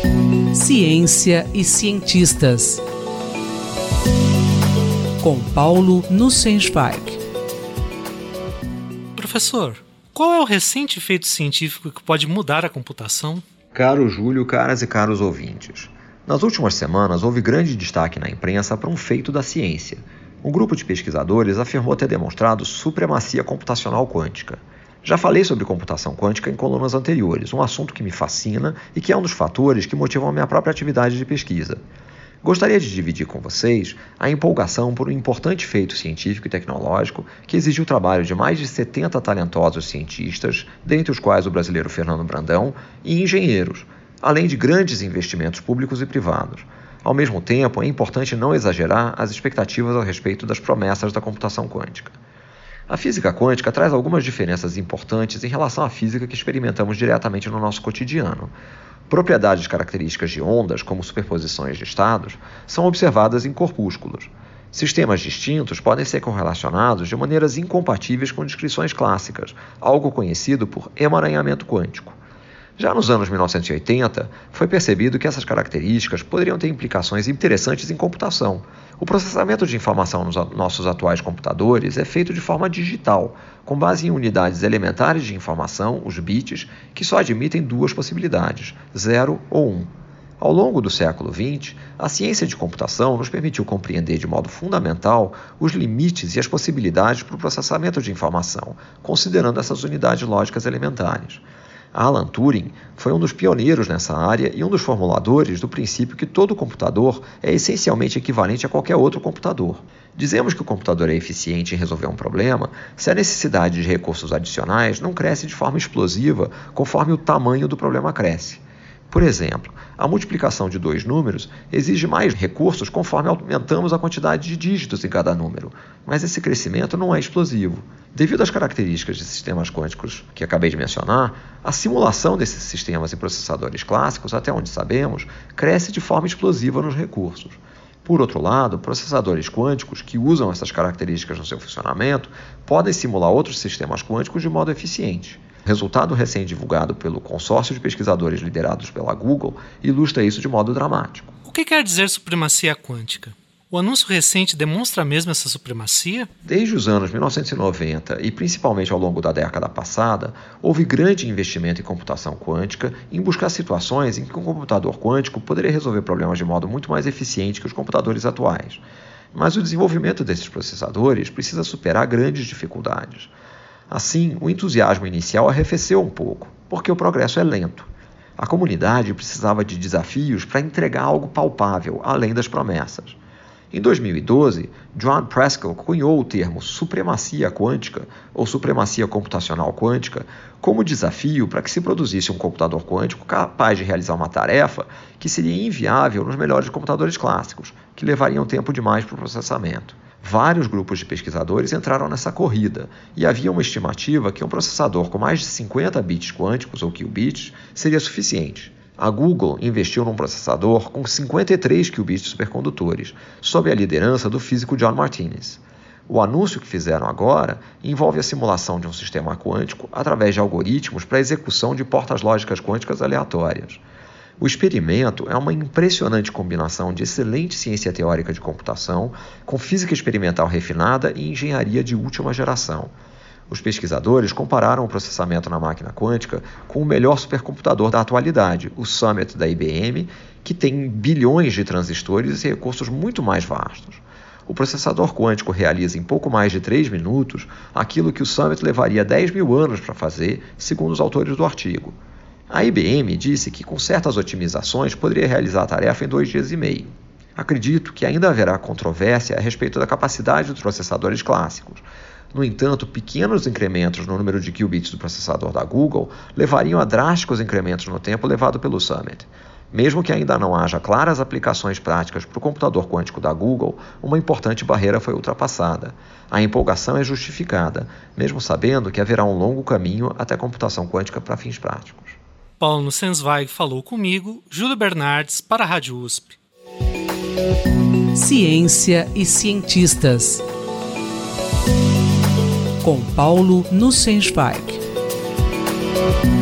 Ciência e cientistas. Com Paulo Nussensweig. Professor, qual é o recente feito científico que pode mudar a computação? Caro Júlio, caras e caros ouvintes. Nas últimas semanas, houve grande destaque na imprensa para um feito da ciência. Um grupo de pesquisadores afirmou ter demonstrado supremacia computacional quântica. Já falei sobre computação quântica em colunas anteriores, um assunto que me fascina e que é um dos fatores que motivam a minha própria atividade de pesquisa. Gostaria de dividir com vocês a empolgação por um importante feito científico e tecnológico que exigiu o trabalho de mais de 70 talentosos cientistas, dentre os quais o brasileiro Fernando Brandão, e engenheiros, além de grandes investimentos públicos e privados. Ao mesmo tempo, é importante não exagerar as expectativas a respeito das promessas da computação quântica. A física quântica traz algumas diferenças importantes em relação à física que experimentamos diretamente no nosso cotidiano. Propriedades características de ondas, como superposições de estados, são observadas em corpúsculos. Sistemas distintos podem ser correlacionados de maneiras incompatíveis com descrições clássicas, algo conhecido por emaranhamento quântico. Já nos anos 1980, foi percebido que essas características poderiam ter implicações interessantes em computação. O processamento de informação nos nossos atuais computadores é feito de forma digital, com base em unidades elementares de informação, os bits, que só admitem duas possibilidades, 0 ou 1. Ao longo do século XX, a ciência de computação nos permitiu compreender de modo fundamental os limites e as possibilidades para o processamento de informação, considerando essas unidades lógicas elementares. Alan Turing foi um dos pioneiros nessa área e um dos formuladores do princípio que todo computador é essencialmente equivalente a qualquer outro computador. Dizemos que o computador é eficiente em resolver um problema se a necessidade de recursos adicionais não cresce de forma explosiva conforme o tamanho do problema cresce. Por exemplo, a multiplicação de dois números exige mais recursos conforme aumentamos a quantidade de dígitos em cada número, mas esse crescimento não é explosivo. Devido às características de sistemas quânticos que acabei de mencionar, a simulação desses sistemas em processadores clássicos, até onde sabemos, cresce de forma explosiva nos recursos. Por outro lado, processadores quânticos que usam essas características no seu funcionamento podem simular outros sistemas quânticos de modo eficiente. O resultado recém-divulgado pelo consórcio de pesquisadores liderados pela Google ilustra isso de modo dramático. O que quer dizer supremacia quântica? O anúncio recente demonstra mesmo essa supremacia? Desde os anos 1990 e principalmente ao longo da década passada, houve grande investimento em computação quântica em buscar situações em que um computador quântico poderia resolver problemas de modo muito mais eficiente que os computadores atuais. Mas o desenvolvimento desses processadores precisa superar grandes dificuldades. Assim, o entusiasmo inicial arrefeceu um pouco, porque o progresso é lento. A comunidade precisava de desafios para entregar algo palpável, além das promessas. Em 2012, John Preskill cunhou o termo supremacia quântica ou supremacia computacional quântica como desafio para que se produzisse um computador quântico capaz de realizar uma tarefa que seria inviável nos melhores computadores clássicos, que levariam tempo demais para o processamento. Vários grupos de pesquisadores entraram nessa corrida e havia uma estimativa que um processador com mais de 50 bits quânticos ou qubits seria suficiente. A Google investiu num processador com 53 qubits supercondutores, sob a liderança do físico John Martinez. O anúncio que fizeram agora envolve a simulação de um sistema quântico através de algoritmos para a execução de portas lógicas quânticas aleatórias. O experimento é uma impressionante combinação de excelente ciência teórica de computação, com física experimental refinada e engenharia de última geração. Os pesquisadores compararam o processamento na máquina quântica com o melhor supercomputador da atualidade, o Summit da IBM, que tem bilhões de transistores e recursos muito mais vastos. O processador quântico realiza em pouco mais de 3 minutos aquilo que o Summit levaria 10 mil anos para fazer, segundo os autores do artigo. A IBM disse que com certas otimizações poderia realizar a tarefa em 2 dias e meio. Acredito que ainda haverá controvérsia a respeito da capacidade dos processadores clássicos. No entanto, pequenos incrementos no número de qubits do processador da Google levariam a drásticos incrementos no tempo levado pelo Summit. Mesmo que ainda não haja claras aplicações práticas para o computador quântico da Google, uma importante barreira foi ultrapassada. A empolgação é justificada, mesmo sabendo que haverá um longo caminho até a computação quântica para fins práticos. Paulo Nussensweig falou comigo, Júlio Bernardes, para a Rádio USP. Ciência e cientistas. Com Paulo Nussensweig.